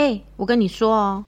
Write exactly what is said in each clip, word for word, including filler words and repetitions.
欸，我跟你说哦，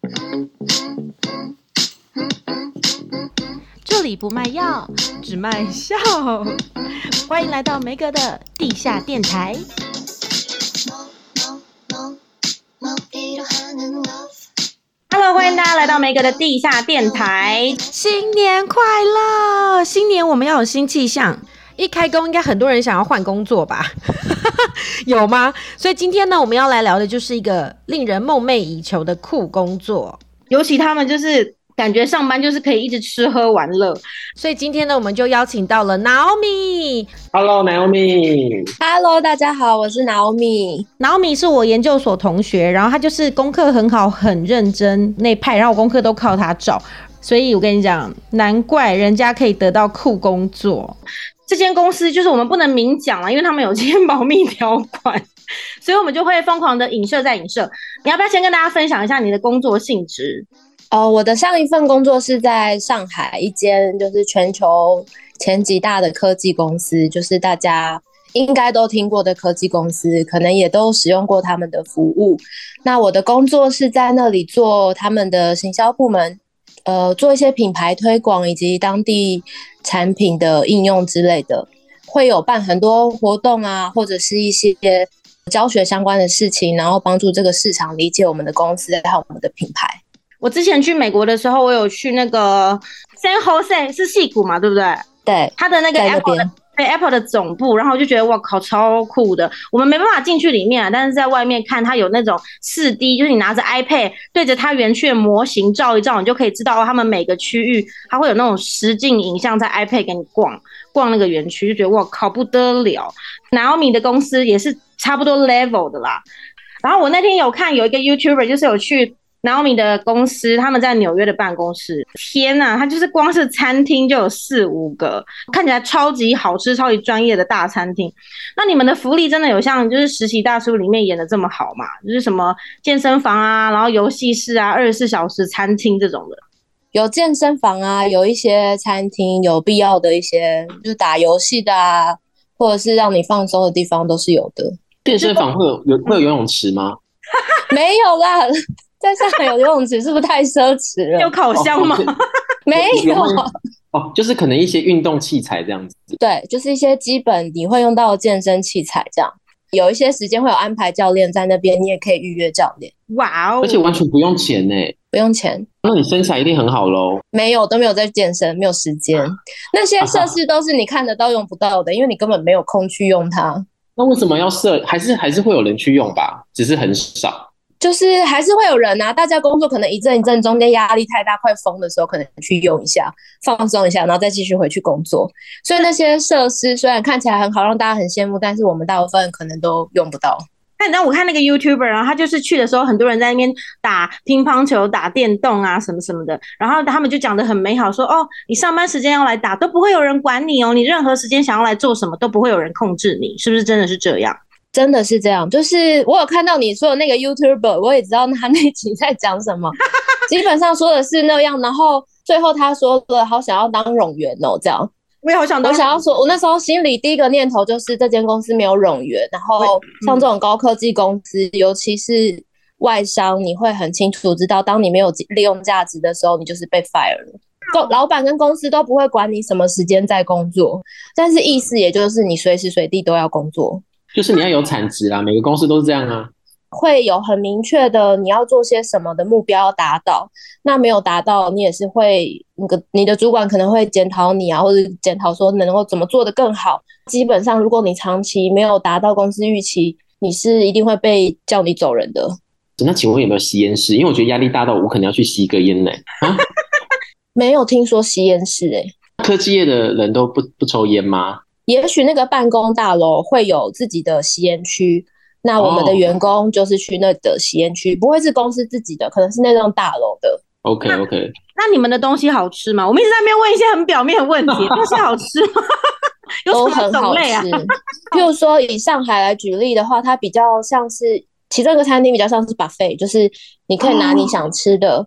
这里不卖药，只卖笑。欢迎来到梅格的地下电台。Hello， 欢迎大家来到梅格的地下电台。新年快乐！新年我们要有新气象。一开工，应该很多人想要换工作吧？有吗？所以今天呢，我们要来聊的就是一个令人梦寐以求的酷工作，尤其他们就是感觉上班就是可以一直吃喝玩乐。所以今天呢，我们就邀请到了 Naomi。Hello Naomi。Hello， 大家好，我是 Naomi。Naomi 是我研究所同学，然后她就是功课很好、很认真那派，然后我功课都靠她找。所以我跟你讲，难怪人家可以得到酷工作。这间公司就是我们不能明讲了，因为他们有这些保密条款，所以我们就会疯狂的影射再影射。你要不要先跟大家分享一下你的工作性质？ 哦，我的上一份工作是在上海一间就是全球前几大的科技公司，就是大家应该都听过的科技公司，可能也都使用过他们的服务。那我的工作是在那里做他们的行销部门，呃，做一些品牌推广以及当地产品的应用之类的，会有办很多活动啊，或者是一些教学相关的事情，然后帮助这个市场理解我们的公司还有我们的品牌。 我之前去美国的时候，我有去那个 San Jose 是矽谷嘛，对不对？ 对， 他的那个 Apple 的对 Apple 的总部，然后我就觉得哇靠，超酷的。我们没办法进去里面啊，但是在外面看，它有那种 四 D， 就是你拿着 iPad 对着它园区的模型照一照，你就可以知道他们每个区域，它会有那种实境影像在 iPad 给你逛逛那个园区，就觉得哇靠不得了。Naomi 的公司也是差不多 level 的啦。然后我那天有看有一个 YouTuber， 就是有去Naomi 的公司，他们在纽约的办公室，天哪，他就是光是餐厅就有四五个，看起来超级好吃、超级专业的大餐厅。那你们的福利真的有像就是实习大叔里面演的这么好吗？就是什么健身房啊，然后游戏室啊，二十四小时餐厅这种的。 有健身房啊，有一些餐厅，有必要的一些就是打游戏的啊，或者是让你放松的地方都是有的。 健身房会有有会有游泳池吗？ 没有啦。在上海有游泳池是不是太奢侈了？ 有烤箱吗？ 哦、没有哦，就是可能一些运动器材这样子。 对，就是一些基本你会用到的健身器材这样。有一些时间会有安排教练在那边，你也可以预约教练。 哇哦！ 而且完全不用钱呢， 不用钱。 那你身材一定很好咯。 没有，都没有在健身，没有时间。那些设施都是你看得到用不到的，因为你根本没有空去用它。 那为什么要设？还是还是会有人去用吧，只是很少。 就是还是会有人啊，大家工作可能一阵一阵，中间压力太大快疯的时候，可能去用一下放松一下，然后再继续回去工作。所以那些设施虽然看起来很好，让大家很羡慕，但是我们大部分可能都用不到。 那你知道我看那个 YouTuber， 然后他就是去的时候，很多人在那边打乒乓球、打电动啊什么什么的，然后他们就讲得很美好，说哦，你上班时间要来打都不会有人管你哦，你任何时间想要来做什么都不会有人控制你，是不是真的是这样？ 真的是这样，就是我有看到你说的那个 YouTuber， 我也知道他那集在讲什么，基本上说的是那样，然后最后他说了好想要当冗员哦，这样。 我也好想当。 我想要说，我那时候心里第一个念头就是这间公司没有冗员，然后像这种高科技公司，嗯、尤其是外商，你会很清楚知道，当你没有利用价值的时候，你就是被 fire 了。老板跟公司都不会管你什么时间在工作，但是意思也就是你随时随地都要工作。 就是你要有产值啦，每个公司都是这样啊。 会有很明确的你要做些什么的目标要达到，那没有达到，你也是会那个你的主管可能会检讨你啊，或者检讨说能够怎么做得更好。基本上，如果你长期没有达到公司预期，你是一定会被叫你走人的。 那请问有没有吸烟室？因为我觉得压力大到我可能要去吸个烟呢、欸。啊， 没有听说吸烟室哎、欸。 科技业的人都不不抽烟吗？ 也许那个办公大楼会有自己的吸烟区，那我们的员工就是去那个吸烟区，不会是公司自己的，可能是那栋大楼的。 OK OK。 那你们的东西好吃吗？我们一直在那边问一些很表面的问题，东西好吃吗？有什么种类啊？ 都很好吃。譬如说以上海来举例的话，它比较像是其中一个餐厅比较像是 buffet， 就是你可以拿你想吃的。 哦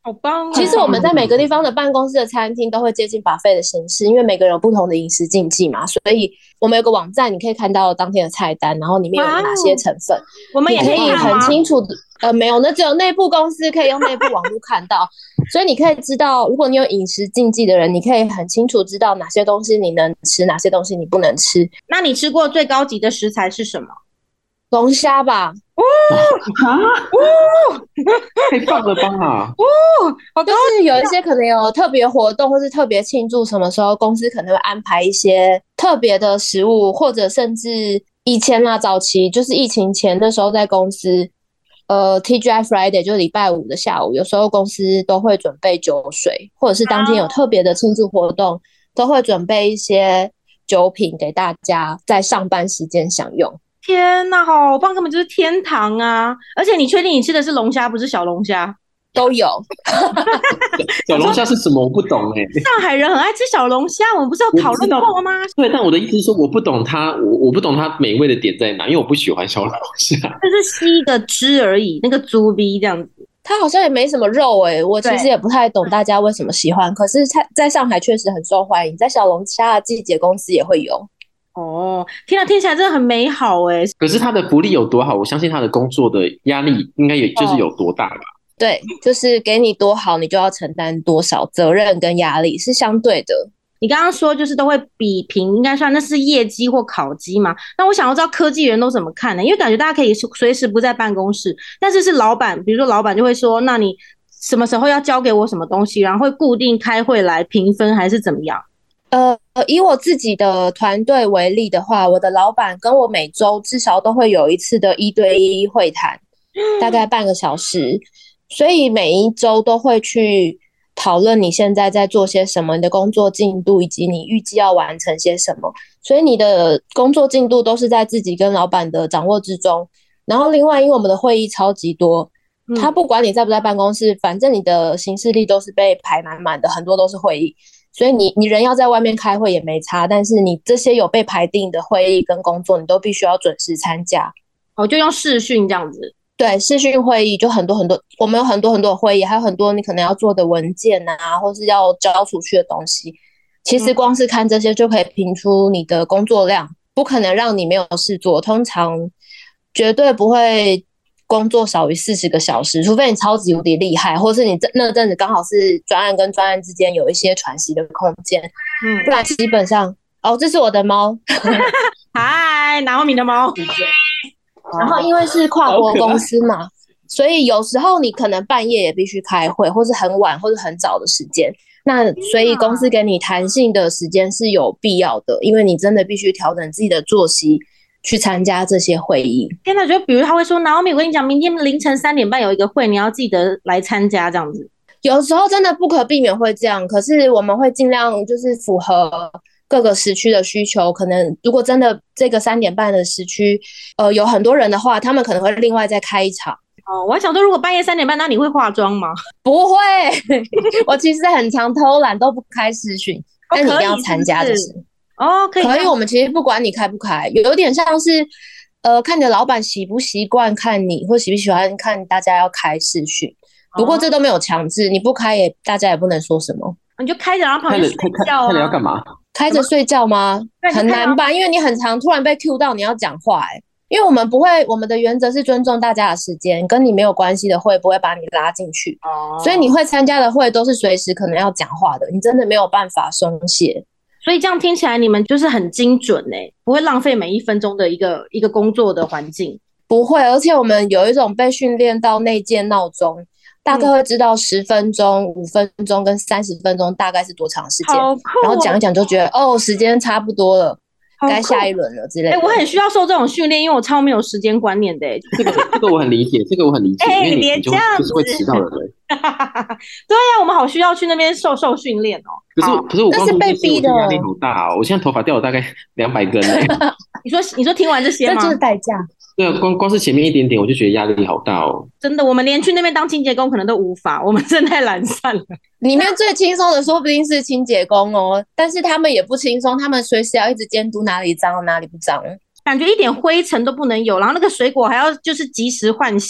好棒、哦！ 其实我们在每个地方的办公室的餐厅都会接近 buffet 的形式，因为每个人有不同的饮食禁忌嘛，所以我们有个网站，你可以看到当天的菜单，然后里面有哪些成分， 我们也可以很清楚的。呃，没有，那只有内部公司可以用内部网络看到，所以你可以知道，如果你有饮食禁忌的人，你可以很清楚知道哪些东西你能吃，哪些东西你不能吃。 那你吃过最高级的食材是什么？ 龙虾吧。 哦啊！哦，太棒了吧！ 哦，好高就是有一些可能有特别活动，或是特别庆祝，什么时候公司可能会安排一些特别的食物，或者甚至以前啦，早期就是疫情前的时候，在公司，呃 ，T G I Friday 就是礼拜五的下午，有时候公司都会准备酒水，或者是当天有特别的庆祝活动，都会准备一些酒品给大家在上班时间享用。 天哪，好棒，根本就是天堂啊！而且你确定你吃的是龙虾，不是小龙虾？ 都有。 小龙虾是什么？我不懂哎、欸。 上海人很爱吃小龙虾，我们不是有讨论过吗？ 对，但我的意思是说，我不懂它，我我不懂它美味的点在哪，因为我不喜欢小龙虾。 就是吸一个汁而已，那个猪逼这样子。 它好像也没什么肉诶、欸，我其实也不太懂大家为什么喜欢，可是在在上海确实很受欢迎，在小龙虾的季节公司也会有。 哦，天啊，听起来真的很美好哎！ 可是他的福利有多好？我相信他的工作的压力应该也就是有多大吧？哦、 对，就是给你多好，你就要承担多少责任跟压力是相对的。 你刚刚说就是都会比评，应该算那是业绩或考绩嘛？那我想要知道科技人都怎么看呢？因为感觉大家可以随时不在办公室，但是是老板，比如说老板就会说，那你什么时候要交给我什么东西，然后会固定开会来评分，还是怎么样？ 呃，以我自己的团队为例的话，我的老板跟我每周至少都会有一次的一对一会谈，大概半个小时，所以每一周都会去讨论你现在在做些什么，你的工作进度以及你预计要完成些什么，所以你的工作进度都是在自己跟老板的掌握之中。然后另外，因为我们的会议超级多，他不管你在不在办公室，反正你的行事历都是被排满满的，很多都是会议。所以你你人要在外面开会也没差，但是你这些有被排定的会议跟工作，你都必须要准时参加。 哦，就用视讯这样子。 对，视讯会议就很多很多，我们有很多很多的会议，还有很多你可能要做的文件啊，或是要交出去的东西。其实光是看这些就可以评出你的工作量，不可能让你没有事做，通常绝对不会工作少于四十个小时，除非你超级无敌厉害，或是你那阵子刚好是专案跟专案之间有一些喘息的空间，嗯，不然基本上，哦，这是我的猫， 嗨，拿后米的猫。 然后因为是跨国公司嘛，所以有时候你可能半夜也必须开会，或是很晚或是很早的时间，那所以公司给你弹性的时间是有必要的，因为你真的必须调整自己的作息。去参加这些会议。 天哪，就比如他会说 Naomi 我跟你讲明天凌晨三点半有一个会，你要记得来参加这样子。 有时候真的不可避免会这样，可是我们会尽量就是符合各个时区的需求。可能如果真的这个三点半的时区呃有很多人的话，他们可能会另外再开一场。 哦，我还想说如果半夜三点半那你会化妆吗？ 不会我其实很常偷懒都不开视讯、哦、但你一定要参加就是哦，可以， 可以。我们其实不管你开不开，有点像是，呃，看你的老板习不习惯看你，或喜不喜欢看大家要开视讯。不过这都没有强制，你不开也大家也不能说什么。 你就开着，然后旁边睡觉啊。 开着要干嘛？ 开着睡觉吗？很难吧？因为你很常突然被 cue 到你要讲话、欸，因为我们不会，我们的原则是尊重大家的时间，跟你没有关系的会不会把你拉进去。哦。所以你会参加的会都是随时可能要讲话的，你真的没有办法松懈。 所以这样听起来你们就是很精准欸，不会浪费每一分钟的一个一个工作的环境。 不会，而且我们有一种被训练到内建闹钟，大概会知道十分钟、五分钟跟三十分钟大概是多长时间， 好酷哦， 然后讲一讲就觉得哦时间差不多了，该下一轮了之类的。 欸，我很需要受这种训练，因为我超没有时间观念的欸。 这个这个我很理解，这个我很理解， 欸， 因为你就就是会迟到的人。 对呀，我们好需要去那边受受训练哦。 可是可是我光是被逼的， 压力好大哦！我现在头发掉了大概两百根嘞。 你说你说听完这些吗？ 这就是代价。 对啊，光光是前面一点点，我就觉得压力好大哦。 真的，我们连去那边当清洁工可能都无法，我们真的太懒散了。 里面最轻松的说不定是清洁工哦，但是他们也不轻松，他们随时要一直监督哪里脏哪里不脏， 感觉一点灰尘都不能有，然后那个水果还要就是及时换新。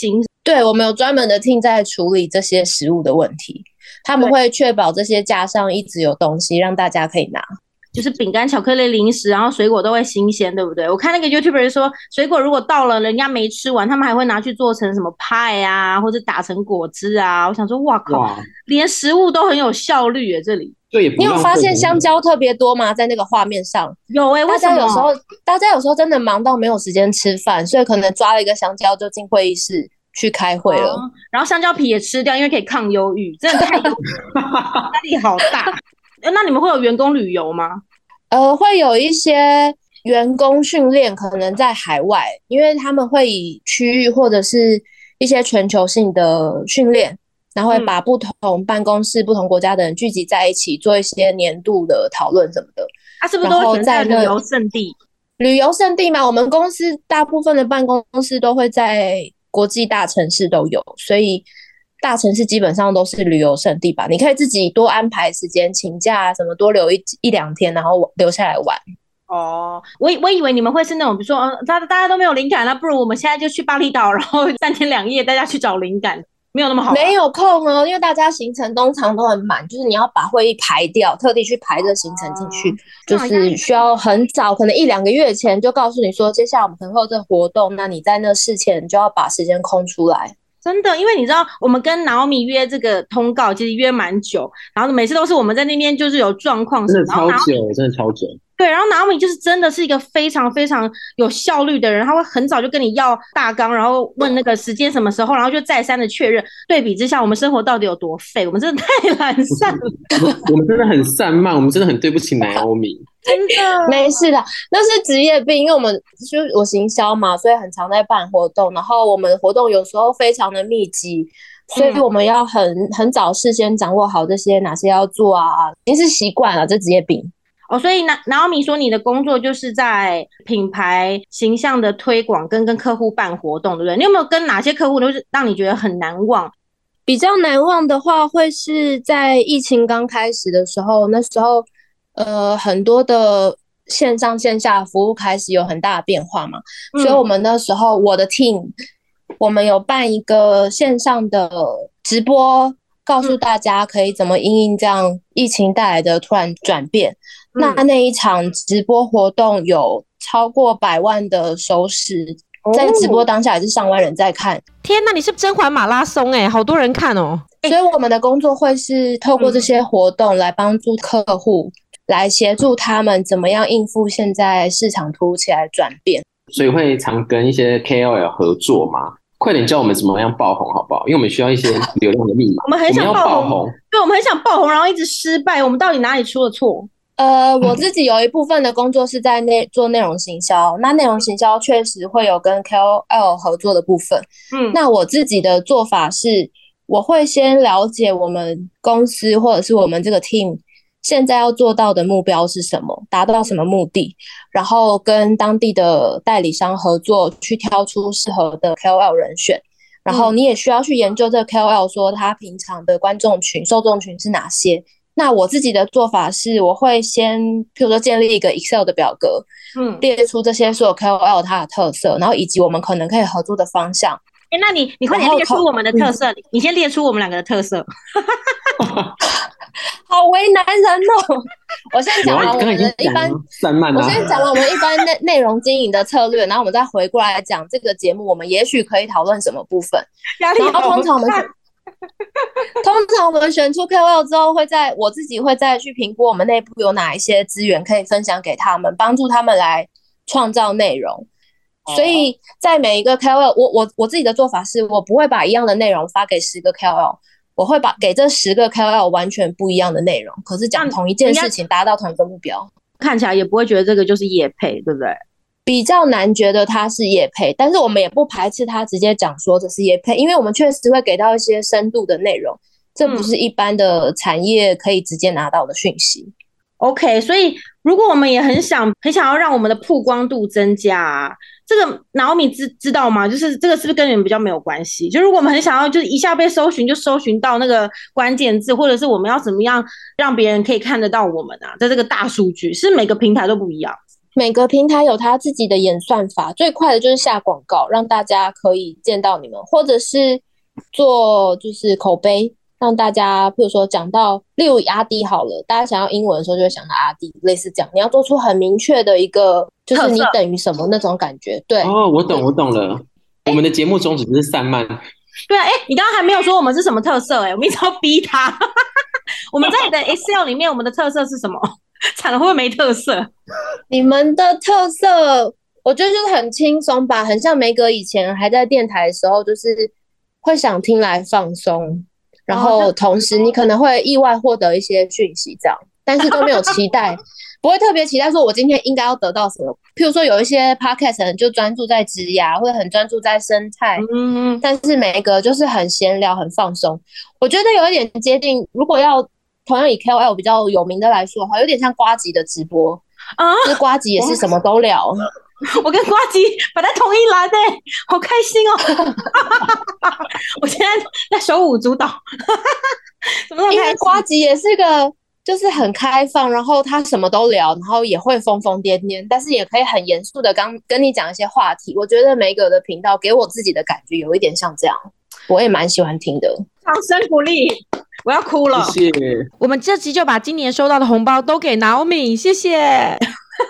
对，我们有专门的 team 在处理这些食物的问题，他们会确保这些架上一直有东西让大家可以拿。 就是饼干、巧克力、零食，然后水果都会新鲜，对不对？我看那个 YouTuber 说，水果如果到了人家没吃完，他们还会拿去做成什么派啊，或者打成果汁啊。我想说，哇靠，哇连食物都很有效率耶！这里， 你有发现香蕉特别多吗？在那个画面上有哎、欸，为什么？ 大家有时候，大家有时候真的忙到没有时间吃饭，所以可能抓了一个香蕉就进会议室去开会了。哦、 然后香蕉皮也吃掉，因为可以抗忧郁，真的太忧郁，压力好大。那你们会有员工旅游吗？ 呃，会有一些员工训练，可能在海外，因为他们会以区域或者是一些全球性的训练，然后会把不同办公室、嗯、不同国家的人聚集在一起，做一些年度的讨论什么的。 啊，是不是都会选在旅游胜地？ 旅游胜地嘛，我们公司大部分的办公室都会在国际大城市都有，所以大城市基本上都是旅游胜地吧，你可以自己多安排时间，请假什么多留一一两天，然后留下来玩。 哦，我我以为你们会是那种，比如说，嗯，大大家都没有灵感，那不如我们现在就去巴厘岛，然后三天两夜，大家去找灵感，没有那么好。 没有空哦，因为大家行程通常都很满，就是你要把会议排掉，特地去排这行程进去，哦、就是需要很早，可能一两个月前就告诉你说，接下来我们可能会有这个活动，那你在那事前你就要把时间空出来。 真的，因为你知道，我们跟 Naomi 约这个通告，其实约蛮久，然后每次都是我们在那边就是有状况， 真的超久，真的超久。 对，然后 Naomi 就是真的是一个非常非常有效率的人，他会很早就跟你要大纲，然后问那个时间什么时候，然后就再三的确认。对比之下，我们生活到底有多废？我们真的太懒散了。 我们真的很散漫，我们真的很对不起 Naomi。 真的没事的，那是职业病，因为我们就我行销嘛，所以很常在办活动，然后我们活动有时候非常的密集，所以我们要很很早事先掌握好这些哪些要做啊，已经是习惯了这职业病。 哦，所以Naomi说你的工作就是在品牌形象的推广跟跟客户办活动，对不对？你有没有跟哪些客户都是让你觉得很难忘？ 比较难忘的话，会是在疫情刚开始的时候，那时候呃很多的线上线下服务开始有很大的变化嘛，嗯、所以我们那时候我的 team 我们有办一个线上的直播，告诉大家可以怎么因应这样疫情带来的突然转变。嗯、那那一场直播活动有超过百万的收视，在直播当下也是上万人在看。 天哪，你是甄嬛马拉松哎、欸，好多人看哦。 所以我们的工作会是透过这些活动来帮助客户，来协助他们怎么样应付现在市场突如其来的转变。 所以会常跟一些 K O L 合作嘛？快点教我们怎么样爆红好不好？因为我们需要一些流量的密码。 我们很想爆红，对，我们很想爆红，然后一直失败，我们到底哪里出了错？ 呃，我自己有一部分的工作是在内做内容行销，那内容行销确实会有跟 K O L 合作的部分。嗯，那我自己的做法是，我会先了解我们公司或者是我们这个 team 现在要做到的目标是什么，达到什么目的，然后跟当地的代理商合作，去挑出适合的 K O L 人选。然后你也需要去研究这个 K O L 说他平常的观众群、受众群是哪些。那我自己的做法是，我会先譬如说建立一个 Excel 的表格，嗯，列出这些所有 K O L 它的特色，然后以及我们可能可以合作的方向。 欸、那你你快点列出我们的特色，嗯、你先列出我们两个的特色。 好为难人哦！我先讲完我们的一般，我先讲完我们一般内内容经营的策略，然后我们再回过来讲这个节目，我们也许可以讨论什么部分。 然后通常我们通常我们选出 K O L 之后，会在我自己会再去评估我们内部有哪一些资源可以分享给他们，帮助他们来创造内容。所以在每一个 K O L， 我我我自己的做法是，我不会把一样的内容发给十个 K O L， 我会把给这十个 K O L 完全不一样的内容，可是讲同一件事情，达到同一个目标。 看起来也不会觉得这个就是业配，对不对？ 比较难觉得它是业配，但是我们也不排斥他直接讲说这是业配，因为我们确实会给到一些深度的内容，这不是一般的产业可以直接拿到的讯息。嗯、 OK， 所以如果我们也很想很想要让我们的曝光度增加啊，这个Naomi知知道吗？就是这个是不是跟你们比较没有关系？就如果我们很想要就是一下被搜寻就搜寻到那个关键字，或者是我们要怎么样让别人可以看得到我们啊，在这个大数据是每个平台都不一样。 每个平台有它自己的演算法，最快的就是下广告，让大家可以见到你们，或者是做就是口碑，让大家，譬如说讲到，例如阿弟好了，大家想要英文的时候就会想到阿弟，类似这样，你要做出很明确的一个，就是你等于什么那种感觉。对， 哦，我懂，我懂了。我们的节目宗旨就是散漫。 对啊，哎、欸，你刚刚还没有说我们是什么特色、欸，哎，我们一直要逼他。我们在你的 Excel 里面，我们的特色是什么？惨了，会不会没特色？ 你们的特色，我觉得就是很轻松吧，很像梅格以前还在电台的时候，就是会想听来放松，然后同时你可能会意外获得一些讯息，这样，但是都没有期待，不会特别期待说我今天应该要得到什么。譬如说有一些 podcast 人就专注在职涯，或者很专注在生态，嗯，但是梅格就是很闲聊，很放松。我觉得有一点接近，如果要同样以 K O L 比较有名的来说的话，有点像呱吉的直播啊，就是呱吉也是什么都聊。 我跟呱吉摆在同一栏诶、欸，好开心哦！我现在在手舞足蹈，怎么那么开心？ 因为呱吉也是个就是很开放，然后他什么都聊，然后也会疯疯癫癫，但是也可以很严肃的跟跟你讲一些话题。我觉得每个的频道给我自己的感觉有一点像这样，我也蛮喜欢听的。 掌声鼓励！我要哭了。 谢谢。 我们这集就把今年收到的红包都给 Naomi， 谢谢。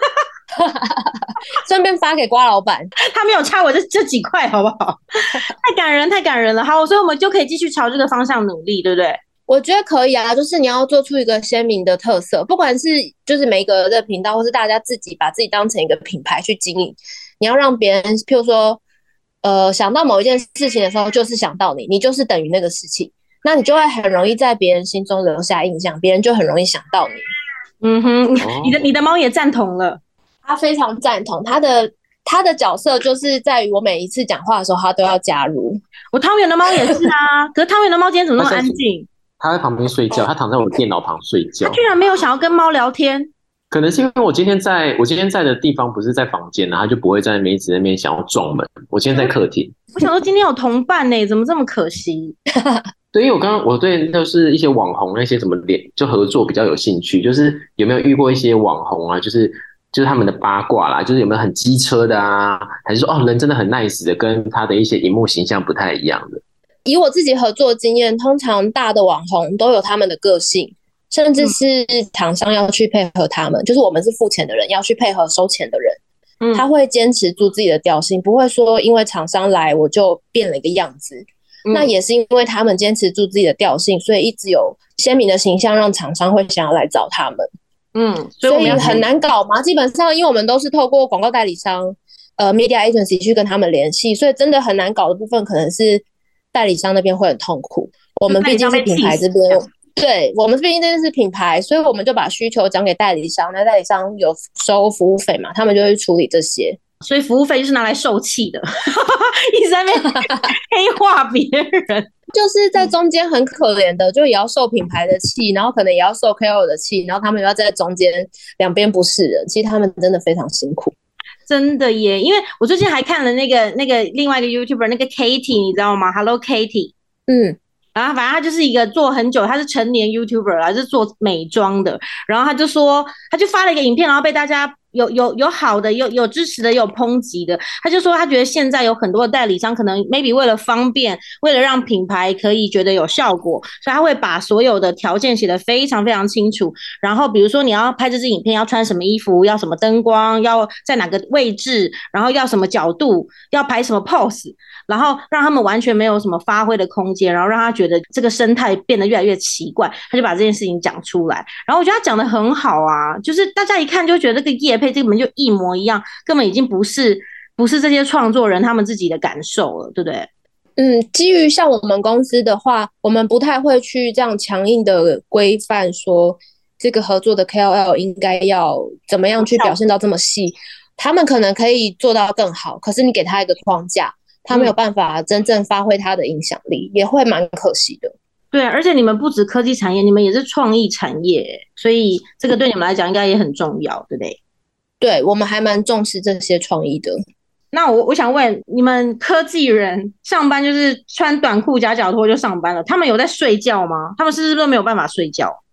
顺便发给瓜老板， 他没有差我这这几块，好不好？太感人，太感人了。好，所以我们就可以继续朝这个方向努力，对不对？ 我觉得可以啊，就是你要做出一个鲜明的特色，不管是就是每一个的频道，或是大家自己把自己当成一个品牌去经营，你要让别人，譬如说，呃，想到某一件事情的时候，就是想到你，你就是等于那个事情，那你就会很容易在别人心中留下印象，别人就很容易想到你。 嗯哼，你的你的猫也赞同了。 他非常赞同，他的他的角色就是在于我每一次讲话的时候，他都要加入。 我汤圆的猫也是啊，可是汤圆的猫今天怎么那么安静？ 他在旁边睡觉，他躺在我电脑旁睡觉。 他居然没有想要跟猫聊天。 可能是因为我今天在我今天在的地方不是在房间啊，他就不会在那边一直在那边想要撞门。我今天在客厅。 我想说今天有同伴呢、欸，怎么这么可惜？ 对，因为我刚刚我对就是一些网红那些什么联就合作比较有兴趣，就是有没有遇过一些网红啊，就是。就是他们的八卦啦，就是有没有很机车的啊，还是说哦人真的很 nice 的，跟他的一些荧幕形象不太一样的。 以我自己合作的经验，通常大的网红都有他们的个性，甚至是厂商要去配合他们，嗯、就是我们是付钱的人要去配合收钱的人，嗯、他会坚持住自己的调性，不会说因为厂商来我就变了一个样子。嗯、那也是因为他们坚持住自己的调性，所以一直有鲜明的形象，让厂商会想要来找他们。 嗯， 所以, 所以很难搞嘛。基本上，因为我们都是透过广告代理商、呃 media agency 去跟他们联系，所以真的很难搞的部分，可能是代理商那边会很痛苦。我们毕竟是品牌这边，对我们毕竟这是品牌，所以我们就把需求讲给代理商，那代理商有收服务费嘛，他们就会处理这些。 所以服务费就是拿来受气的，一直在那边黑化别人。 就是在中间很可怜的，就也要受品牌的气，然后可能也要受 K O L 的气，然后他们又要在中间两边不是人，其实他们真的非常辛苦。 真的耶，因为我最近还看了那个那个另外一个 YouTuber 那个 Katie， 你知道吗 ？Hello Katie， 嗯。然后反正他就是一个做很久，他是成年 YouTuber 啦，是做美妆的。然后他就说，他就发了一个影片，然后被大家有有有好的，有有支持的，有抨击的。他就说，他觉得现在有很多的代理商，可能 maybe 为了方便，为了让品牌可以觉得有效果，所以他会把所有的条件写得非常非常清楚。然后比如说你要拍这支影片，要穿什么衣服，要什么灯光，要在哪个位置，然后要什么角度，要拍什么 pose。然后让他们完全没有什么发挥的空间，然后让他觉得这个生态变得越来越奇怪，他就把这件事情讲出来。然后我觉得他讲得很好啊，就是大家一看就觉得这个业配这个门就一模一样，根本已经不是不是这些创作人他们自己的感受了，对不对？ 嗯，基于像我们公司的话，我们不太会去这样强硬的规范说这个合作的 K O L 应该要怎么样去表现到这么细，他们可能可以做到更好，可是你给他一个框架。他没有办法真正发挥他的影响力，也会蛮可惜的。 对，而且你们不止科技产业，你们也是创意产业，所以这个对你们来讲应该也很重要，对不对？ 对，我们还蛮重视这些创意的。 那我我想问，你们科技人上班就是穿短裤夹脚拖就上班了，他们有在睡觉吗？他们是不是都没有办法睡觉？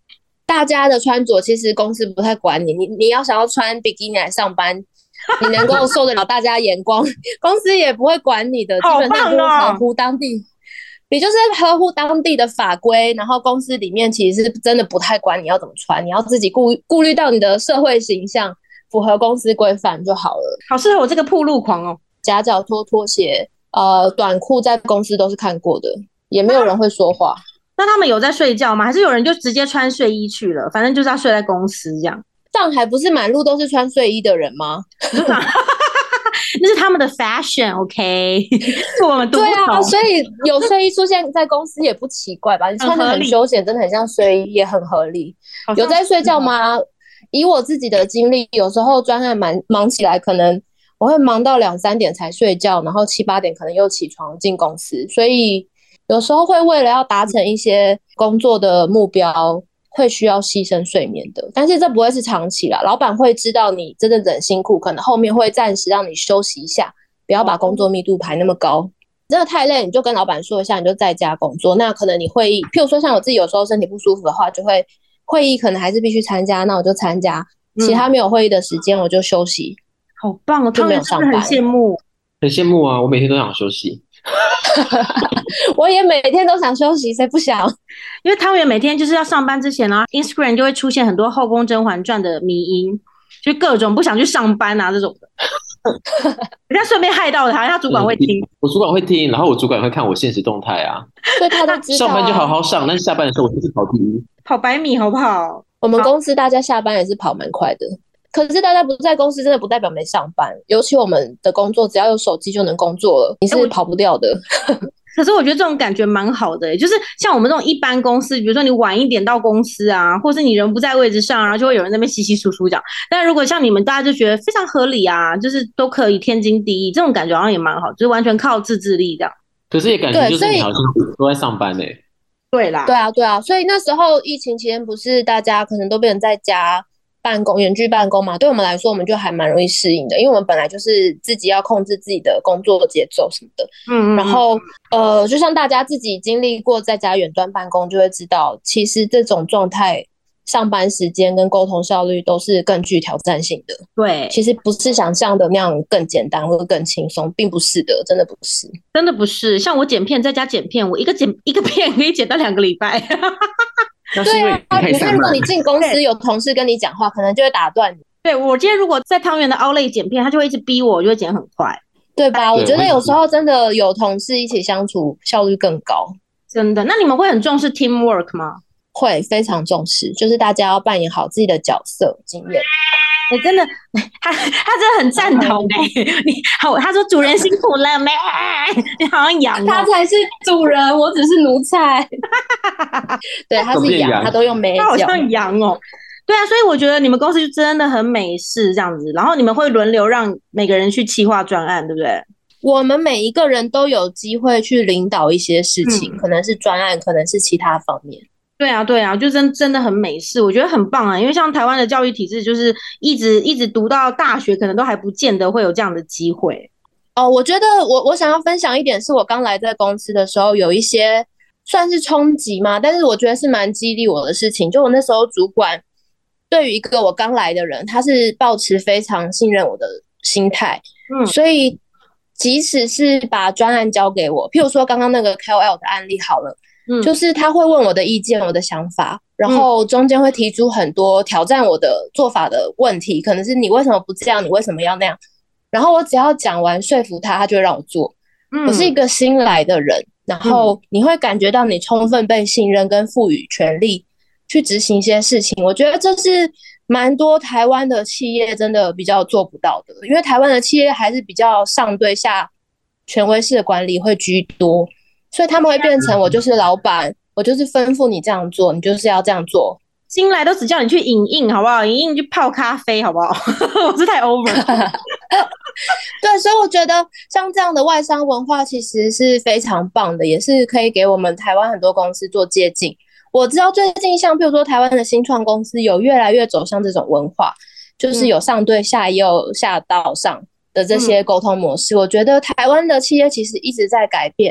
大家的穿着其实公司不太管你，你你要想要穿比基尼来上班，你能够受得了大家眼光，公司也不会管你的，基本上就是合乎当地，你就是合乎当地的法规，然后公司里面其实是真的不太管你要怎么穿，你要自己顾顾虑到你的社会形象，符合公司规范就好了。 好适合我这个暴露狂哦， 夹脚拖、拖鞋、呃短裤在公司都是看过的，也没有人会说话。 那他们有在睡觉吗？还是有人就直接穿睡衣去了？反正就是要睡在公司这样。 上海不是满路都是穿睡衣的人吗？ 那是他们的 fashion，OK， 是我们读不懂。 对啊，所以有睡衣出现在公司也不奇怪吧？你穿得很休闲，真的很像睡衣，也很合理。有在睡觉吗？以我自己的经历，有时候专案忙忙起来，可能我会忙到两三点才睡觉，然后七八点可能又起床进公司，所以有时候会为了要达成一些工作的目标，会需要牺牲睡眠的，但是这不会是长期啦。老板会知道你真的很辛苦，可能后面会暂时让你休息一下，不要把工作密度排那么高。真的太累，你就跟老板说一下，你就在家工作。那可能你会议，譬如说像我自己有时候身体不舒服的话，就会会议可能还是必须参加，那我就参加。其他没有会议的时间，我就休息。 好棒哦， 就没有上班。 很羡慕， 很羡慕啊！我每天都想休息。 我也每天都想休息，谁不想？ 因为汤圆每天就是要上班之前呢、啊、，Instagram 就会出现很多《后宫甄嬛传》的迷因，就各种不想去上班啊这种的。人家顺便害到他，他主管会听， 我主管会听，然后我主管会看我现实动态啊， 所以他都知道、啊。 上班就好好上，但是下班的时候我就是跑第一， 跑百米好不好？ 我们公司大家下班也是跑蛮快的。可是大家不在公司，真的不代表没上班。尤其我们的工作，只要有手机就能工作了，你是跑不掉的。 可是我觉得这种感觉蛮好的、欸，就是像我们这种一般公司，比如说你晚一点到公司啊，或是你人不在位置上，然后就会有人在那边稀稀疏疏讲。但如果像你们，大家就觉得非常合理啊，就是都可以天经地义，这种感觉好像也蛮好，就是完全靠自制力这样。 可是也感觉就是你好像都在上班哎、欸。 对啦， 对啊，对啊，所以那时候疫情期间，不是大家可能都变成在家办公、远距办公嘛？对我们来说，我们就还蛮容易适应的，因为我们本来就是自己要控制自己的工作节奏什么的。嗯嗯。然后呃，就像大家自己经历过在家远端办公，就会知道，其实这种状态，上班时间跟沟通效率都是更具挑战性的。 对， 其实不是想象的那样更简单或者更轻松，并不是的，真的不是， 真的不是。像我剪片在家剪片，我一个剪一个片可以剪到两个礼拜。 对啊，你看，如果你进公司有同事跟你讲话，可能就会打断你。 对，我今天如果在汤圆的 Outlet 剪片，他就会一直逼我，我就会剪很快， 对吧？我觉得有时候真的有同事一起相处，效率更高。 真的？那你们会很重视 teamwork 吗？ 会，非常重视，就是大家要扮演好自己的角色、经验。 哎、欸，真的，他他真的很赞同哎、欸。你好，他说主人辛苦了没？你好像羊、喔， 他才是主人，我只是奴才。对，他是羊，他都用美他好像羊哦、喔。对啊，所以我觉得你们公司就真的很美式这样子，然后你们会轮流让每个人去企划专案，对不对？ 我们每一个人都有机会去领导一些事情，嗯、可能是专案，可能是其他方面。 对啊，对啊，就真真的很美式，我觉得很棒啊！因为像台湾的教育体制，就是一直一直读到大学，可能都还不见得会有这样的机会。 哦，我觉得我我想要分享一点，是我刚来这公司的时候，有一些算是冲击嘛，但是我觉得是蛮激励我的事情。就我那时候主管对于一个我刚来的人，他是抱持非常信任我的心态，嗯，所以即使是把专案交给我，譬如说刚刚那个 K O L 的案例好了。嗯，就是他会问我的意见、我的想法，然后中间会提出很多挑战我的做法的问题，可能是你为什么不这样，你为什么要那样？然后我只要讲完说服他，他就会让我做。嗯，我是一个新来的人，然后你会感觉到你充分被信任跟赋予权力去执行一些事情。我觉得这是蛮多台湾的企业真的比较做不到的，因为台湾的企业还是比较上对下权威式的管理会居多。所以他们会变成我就是老板，我就是吩咐你这样做，你就是要这样做。 新来都只叫你去影印，好不好？影印去泡咖啡，好不好？我是太 over。 对，所以我觉得像这样的外商文化其实是非常棒的，也是可以给我们台湾很多公司做借鉴。我知道最近像比如说台湾的新创公司有越来越走向这种文化，就是有上对下也有下到上的这些沟通模式。嗯、我觉得台湾的企业其实一直在改变。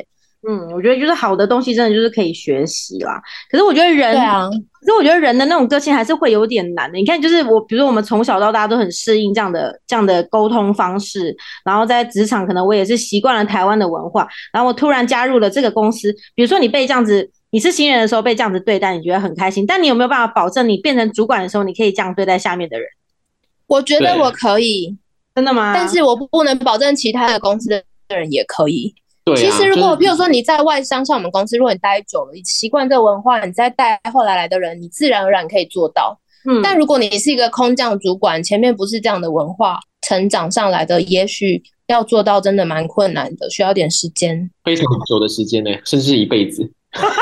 嗯，我觉得就是好的东西真的就是可以学习啦。可是我觉得人， 对啊， 可是我觉得人的那种个性还是会有点难的。你看，就是我，比如说我们从小到大都很适应这样的这样的沟通方式，然后在职场可能我也是习惯了台湾的文化，然后我突然加入了这个公司，比如说你被这样子，你是新人的时候被这样子对待，你觉得很开心，但你有没有办法保证你变成主管的时候，你可以这样对待下面的人？ 我觉得我可以， 真的吗？ 但是我不能保证其他的公司的人也可以。 对啊， 其实如果、 就是、 譬如说你在外商，像我们公司，如果你待久了，你习惯这个文化，你再带后来来的人，你自然而然可以做到。嗯，但如果你是一个空降主管，前面不是这样的文化成长上来的，也许要做到真的蛮困难的，需要点时间， 非常久的时间呢，甚至是一辈子。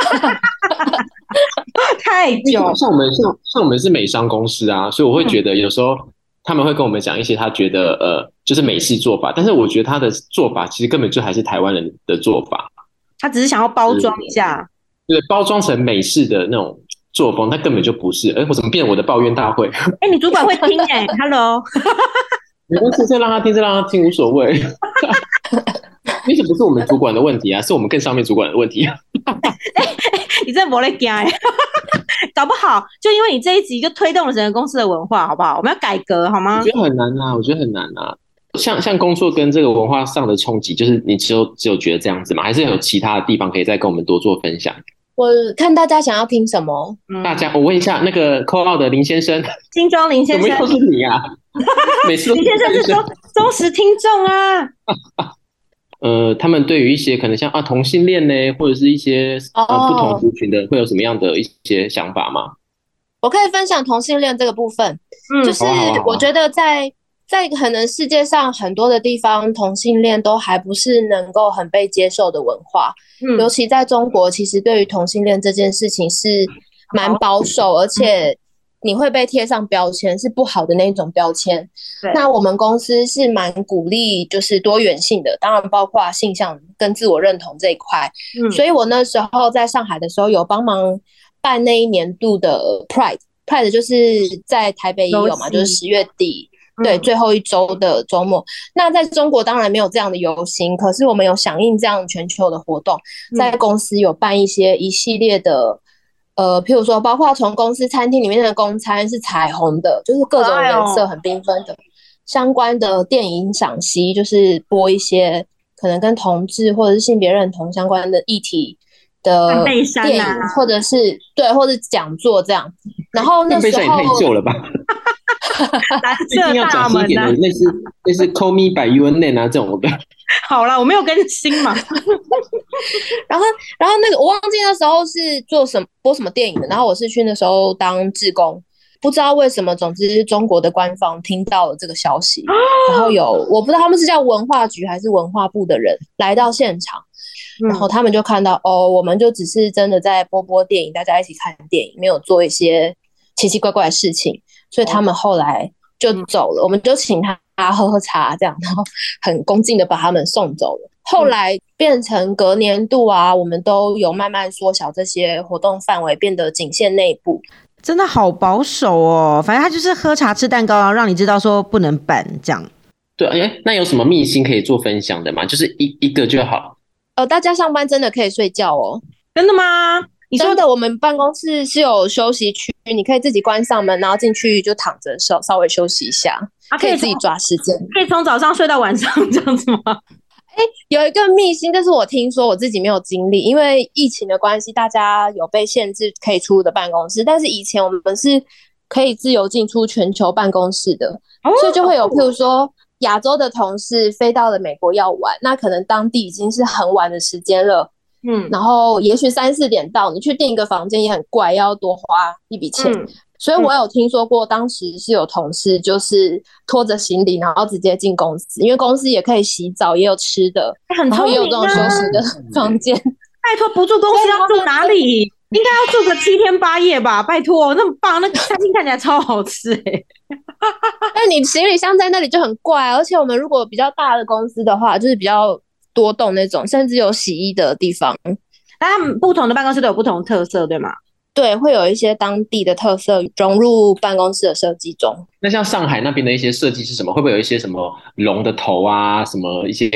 太久。 像我们像像我们是美商公司啊，所以我会觉得有时候他们会跟我们讲一些他觉得呃就是美式做法，但是我觉得他的做法其实根本就还是台湾人的做法， 他只是想要包装一下， 对，包装成美式的那种作风，他根本就不是。哎，我怎么变成我的抱怨大会？ 哎，你主管会听哎、欸、，Hello， 没关系，再让他听，再让他听，无所谓。因为不是我们主管的问题啊，是我们更上面主管的问题。 你真的没在惊哎，搞不好就因为你这一集就推动了整个公司的文化，好不好？我们要改革好吗？ 我觉得很难啊，我觉得很难啊。像像工作跟这个文化上的冲击，就是你只有只有觉得这样子吗？还是有其他的地方可以再跟我们多做分享？ 我看大家想要听什么。 嗯、大家，我问一下那个call out的林先生， 金庄林先生， 怎么又是你啊？每次都林先生是忠忠实听众啊。 呃，他们对于一些可能像啊同性恋呢，或者是一些呃不同族群的，会有什么样的一些想法吗？ 我可以分享同性恋这个部分，嗯，就是我觉得在在可能世界上很多的地方，同性恋都还不是能够很被接受的文化，嗯，尤其在中国，其实对于同性恋这件事情是蛮保守，而且你会被贴上标签，是不好的那种标签。那我们公司是蛮鼓励就是多元性的，当然包括性向跟自我认同这一块。嗯，所以我那时候在上海的时候有帮忙办那一年度的 Pride， Pride 就是在台北也有嘛，就是十月底，对，最后一周的周末。那在中国当然没有这样的游行，可是我们有响应这样全球的活动，在公司有办一些一系列的。呃，譬如说，包括从公司餐厅里面的公餐是彩虹的，就是各种颜色很缤纷的，相关的电影赏析，就是播一些可能跟同志或者是性别认同相关的议题的电影，或者是对，或者讲座这样。然后那时候， 也太旧了吧？一定要讲经典的，类似类似 Call Me by Your Name 啊这种的。 好啦，我没有更新嘛。 然后，然后那个我忘记那时候是做什么播什么电影的，然后我是去那时候当志工，不知道为什么，总之中国的官方听到了这个消息，然后有我不知道他们是叫文化局还是文化部的人来到现场，然后他们就看到哦，我们就只是真的在播播电影，大家一起看电影，没有做一些奇奇怪怪的事情，所以他们后来就走了，我们就请他喝喝茶这样，然后很恭敬的把他们送走了。后来变成隔年度啊，我们都有慢慢缩小这些活动范围，变得仅限内部。 真的好保守哦，反正他就是喝茶吃蛋糕，然后让你知道说不能办这样。 对，哎，那有什么秘辛可以做分享的吗？就是一一个就好。 呃，大家上班真的可以睡觉哦。 真的吗？ 你说的，我们办公室是有休息区，你可以自己关上门，然后进去就躺着稍稍微休息一下，啊、可以自己抓时间， 可以从早上睡到晚上这样子吗？ 哎，有一个秘辛，这是我听说，我自己没有经历，因为疫情的关系，大家有被限制可以出入的办公室，但是以前我们是可以自由进出全球办公室的，哦、所以就会有譬如说亚洲的同事飞到了美国要玩，那可能当地已经是很晚的时间了。嗯，然后也许三四点到，你去订一个房间也很怪，要多花一笔钱。嗯、所以我有听说过，当时是有同事就是拖着行李，然后直接进公司，因为公司也可以洗澡，也有吃的， 欸、很聪明啊， 然后也有这种休息的房间。 拜托，不住公司要住哪里？应该要住个七天八夜吧？拜托，那么棒，那个餐厅看起来超好吃哎、欸。 但你行李箱在那里就很怪，而且我们如果比较大的公司的话，就是比较多栋那种，甚至有洗衣的地方。 但他们不同的办公室都有不同的特色，对吗？ 对，会有一些当地的特色融入办公室的设计中。 那像上海那边的一些设计是什么？会不会有一些什么龙的头啊，什么一些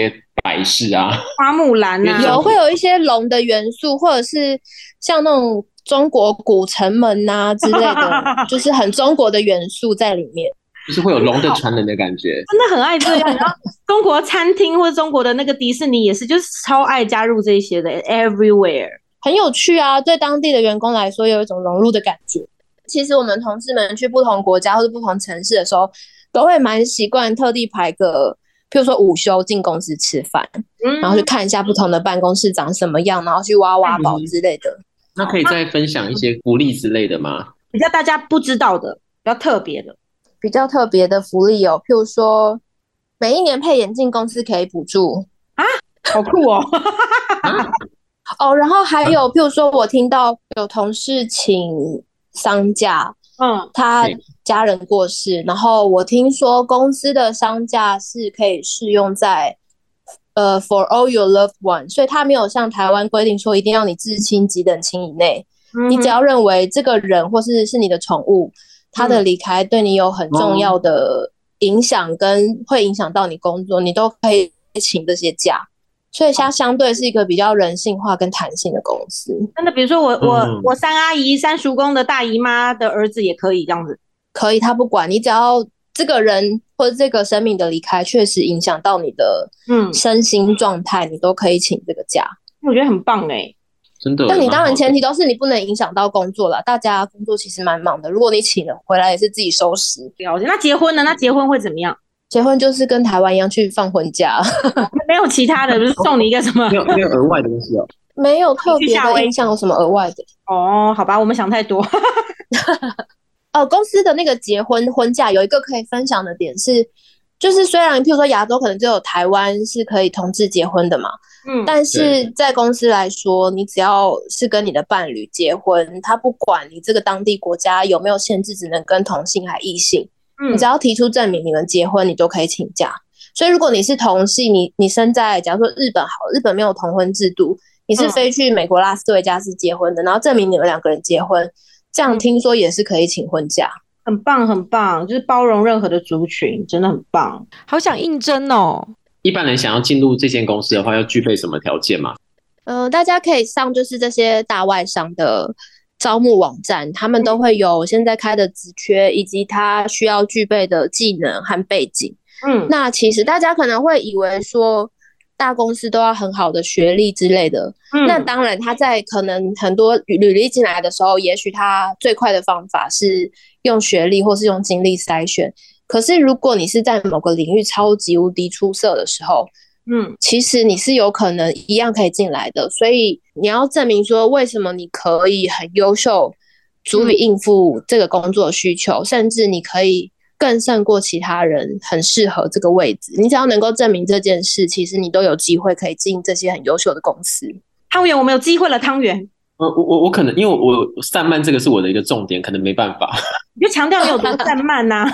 摆饰啊， 花木兰啊， 有会有一些龙的元素，或者是像那种中国古城门啊之类的，就是很中国的元素在里面。 就是会有龙的传人的感觉， 真的很爱这样。然后中国餐厅或者中国的那个迪士尼也是，就是超爱加入这些的 ，everywhere， 很有趣啊！对当地的员工来说，有一种融入的感觉。其实我们同事们去不同国家或者不同城市的时候，都会蛮习惯特地排个，譬如说午休进公司吃饭，嗯、然后去看一下不同的办公室长什么样，然后去挖挖宝之类的。 那可以再分享一些福利之类的吗？ 比较大家不知道的，比较特别的。 比较特别的福利有，譬如说每一年配眼镜公司可以补助啊，好酷哦！ 哦，然后还有譬如说我听到有同事请丧假，嗯，他家人过世，然后我听说公司的丧假是可以适用在呃 for all your loved one， 所以他没有像台湾规定说一定要你至亲几等亲以内，嗯、你只要认为这个人或是是你的宠物。他的离开对你有很重要的影响，跟会影响到你工作，你都可以请这些假，所以它相对是一个比较人性化跟弹性的公司。 真的，比如说我我、嗯、我三阿姨、三叔公的大姨妈的儿子也可以这样子， 可以，他不管你，只要这个人或者这个生命的离开确实影响到你的嗯身心状态，你都可以请这个假。 我觉得很棒哎、欸。 真的， 但你当然前提都是你不能影响到工作啦。大家工作其实蛮忙的，如果你请了回来也是自己收拾。 了解。那结婚呢？那结婚会怎么样？ 结婚就是跟台湾一样去放婚假， 没有其他的，不是送你一个什么？ 没有没有额外的东西哦。 没有特别的印象，有什么额外的？ 哦，好吧，我们想太多。 呃，公司的那个结婚婚假有一个可以分享的点是，就是虽然譬如说亚洲可能只有台湾是可以同志结婚的嘛。嗯，但是在公司来说，你只要是跟你的伴侣结婚，他不管你这个当地国家有没有限制，只能跟同性还异性，嗯，你只要提出证明你们结婚，你都可以请假。所以如果你是同性，你你生在假如说日本好，日本没有同婚制度，你是飞去美国拉斯维加斯结婚的，然后证明你们两个人结婚，这样听说也是可以请婚假。 很棒，很棒，就是包容任何的族群，真的很棒， 好想应征哦。 一般人想要进入这间公司的话，要具备什么条件吗？ 呃，大家可以上就是这些大外商的招募网站，他们都会有现在开的职缺，以及他需要具备的技能和背景。嗯，那其实大家可能会以为说大公司都要很好的学历之类的，嗯，那当然他在可能很多履历进来的时候，也许他最快的方法是用学历或是用经历筛选。可是如果你是在某个领域超级无敌出色的时候，嗯，其实你是有可能一样可以进来的，所以你要证明说为什么你可以很优秀，足以应付这个工作需求，嗯，甚至你可以更胜过其他人，很适合这个位置。你只要能够证明这件事，其实你都有机会可以进这些很优秀的公司。 汤圆，我们有机会了，汤圆。 呃，我我我可能因为我散漫这个是我的一个重点，可能没办法。 你就强调你有多散漫呐、啊。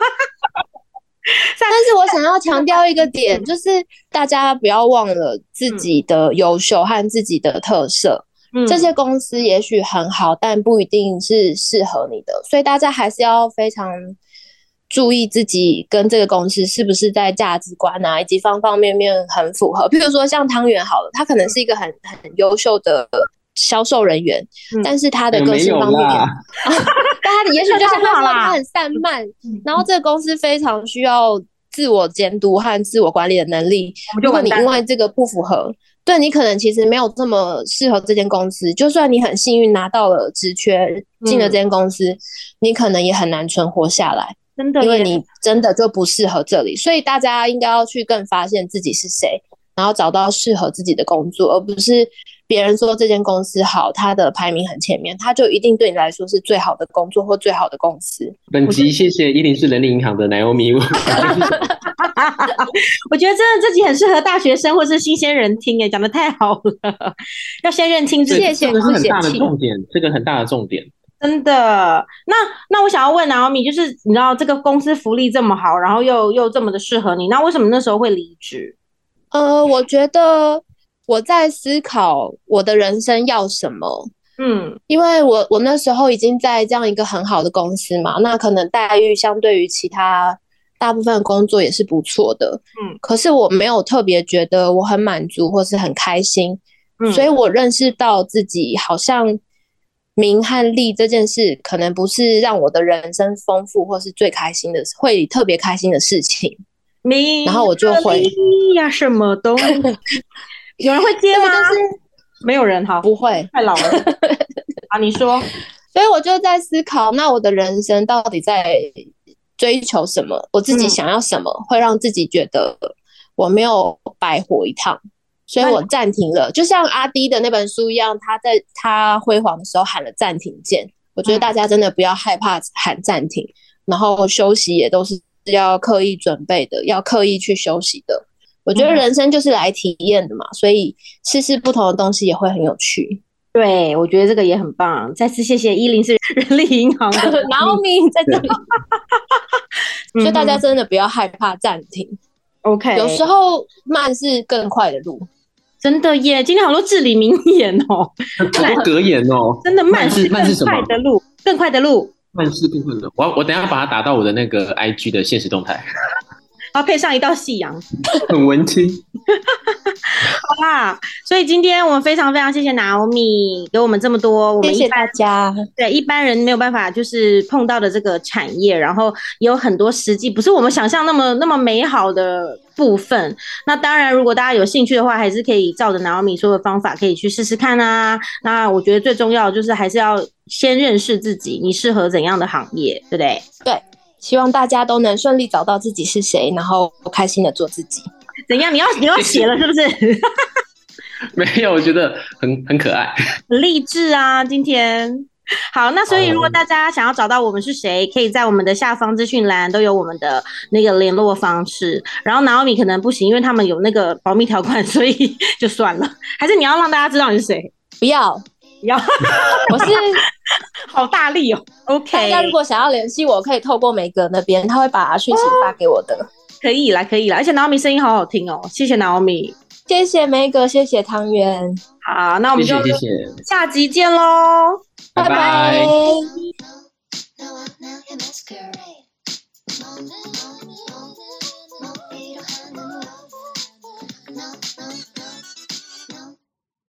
但是我想要强调一个点，就是大家不要忘了自己的优秀和自己的特色。嗯，这些公司也许很好，但不一定是适合你的，所以大家还是要非常注意自己跟这个公司是不是在价值观啊以及方方面面很符合。譬如说像汤圆好了，他可能是一个很很优秀的销售人员，嗯，但是他的个性方面，但他的也许就是他他很散漫，然后这个公司非常需要自我监督和自我管理的能力。如果你因为这个不符合，对你可能其实没有这么适合这间公司。就算你很幸运拿到了职缺，进了这间公司，嗯，你可能也很难存活下来。 真的， 因为你真的就不适合这里，所以大家应该要去更发现自己是谁，然后找到适合自己的工作，而不是别人说这间公司好，它的排名很前面，它就一定对你来说是最好的工作或最好的公司。 本集谢谢一零四人力银行的奶油米。我觉得真的这集很适合大学生或是新鲜人听，哎，讲得太好了，要先认清自己， 谢谢， 这个是很大的重点，这个很大的重点。 真的，那那我想要问Naomi，就是你知道这个公司福利这么好，然后又又这么的适合你，那为什么那时候会离职？ 呃，我觉得我在思考我的人生要什么。嗯，因为我我那时候已经在这样一个很好的公司嘛，那可能待遇相对于其他大部分的工作也是不错的， 嗯， 可是我没有特别觉得我很满足或是很开心， 嗯， 所以我认识到自己好像名和利这件事，可能不是让我的人生丰富或是最开心的，会特别开心的事情。 名然后我就会呀，什么东西？有人会接吗？ 就是没有人，好， 不会， 太老了。啊，你说。 所以我就在思考，那我的人生到底在追求什么？我自己想要什么，嗯、会让自己觉得我没有白活一趟，所以我暂停了。就像阿滴的那本书一样，他在他辉煌的时候喊了暂停键。我觉得大家真的不要害怕喊暂停，然后休息也都是要刻意准备的，要刻意去休息的。我觉得人生就是来体验的嘛，所以试试不同的东西也会很有趣。 对，我觉得这个也很棒。再次谢谢依林是人力银行的 Naomi 在这，所以大家真的不要害怕暂停。 OK， 有时候慢是更快的路。 真的耶，今天好多至理名言哦， 好多格言哦。 真的慢是慢是什么？ 更快的路，更快的路。 慢是更快的路。我我等一下把它打到我的那个 I G 的限时动态。 然后配上一道夕阳， 很文青。 好啦，所以今天我们非常非常谢谢 Naomi 给我们这么多，我们谢谢大家。 对一般人没有办法就是碰到的这个产业，然后也有很多实际不是我们想象那么那么美好的部分。那当然，如果大家有兴趣的话，还是可以照着 Naomi 说的方法，可以去试试看啊。那我觉得最重要的就是还是要先认识自己，你适合怎样的行业，对不对？ 对。希望大家都能顺利找到自己是谁，然后开心的做自己。 怎样？你要你要写了是不是？ 没有，我觉得很很可爱， 很励志啊！今天好，那所以如果大家想要找到我们是谁，可以在我们的下方资讯栏都有我们的那个联络方式。然后 Naomi 可能不行，因为他们有那个保密条款，所以就算了。还是你要让大家知道你是谁？ 不要， 不要， 我是好大力哦。OK， 大家如果想要联系我，可以透过梅格那边，他会把讯息发给我的。哦、 可以啦，可以啦，而且 Naomi 声音好好听哦，谢谢 Naomi， 谢谢梅格，谢谢汤圆。 好，那我们就谢谢下集见喽， 拜拜。 拜拜。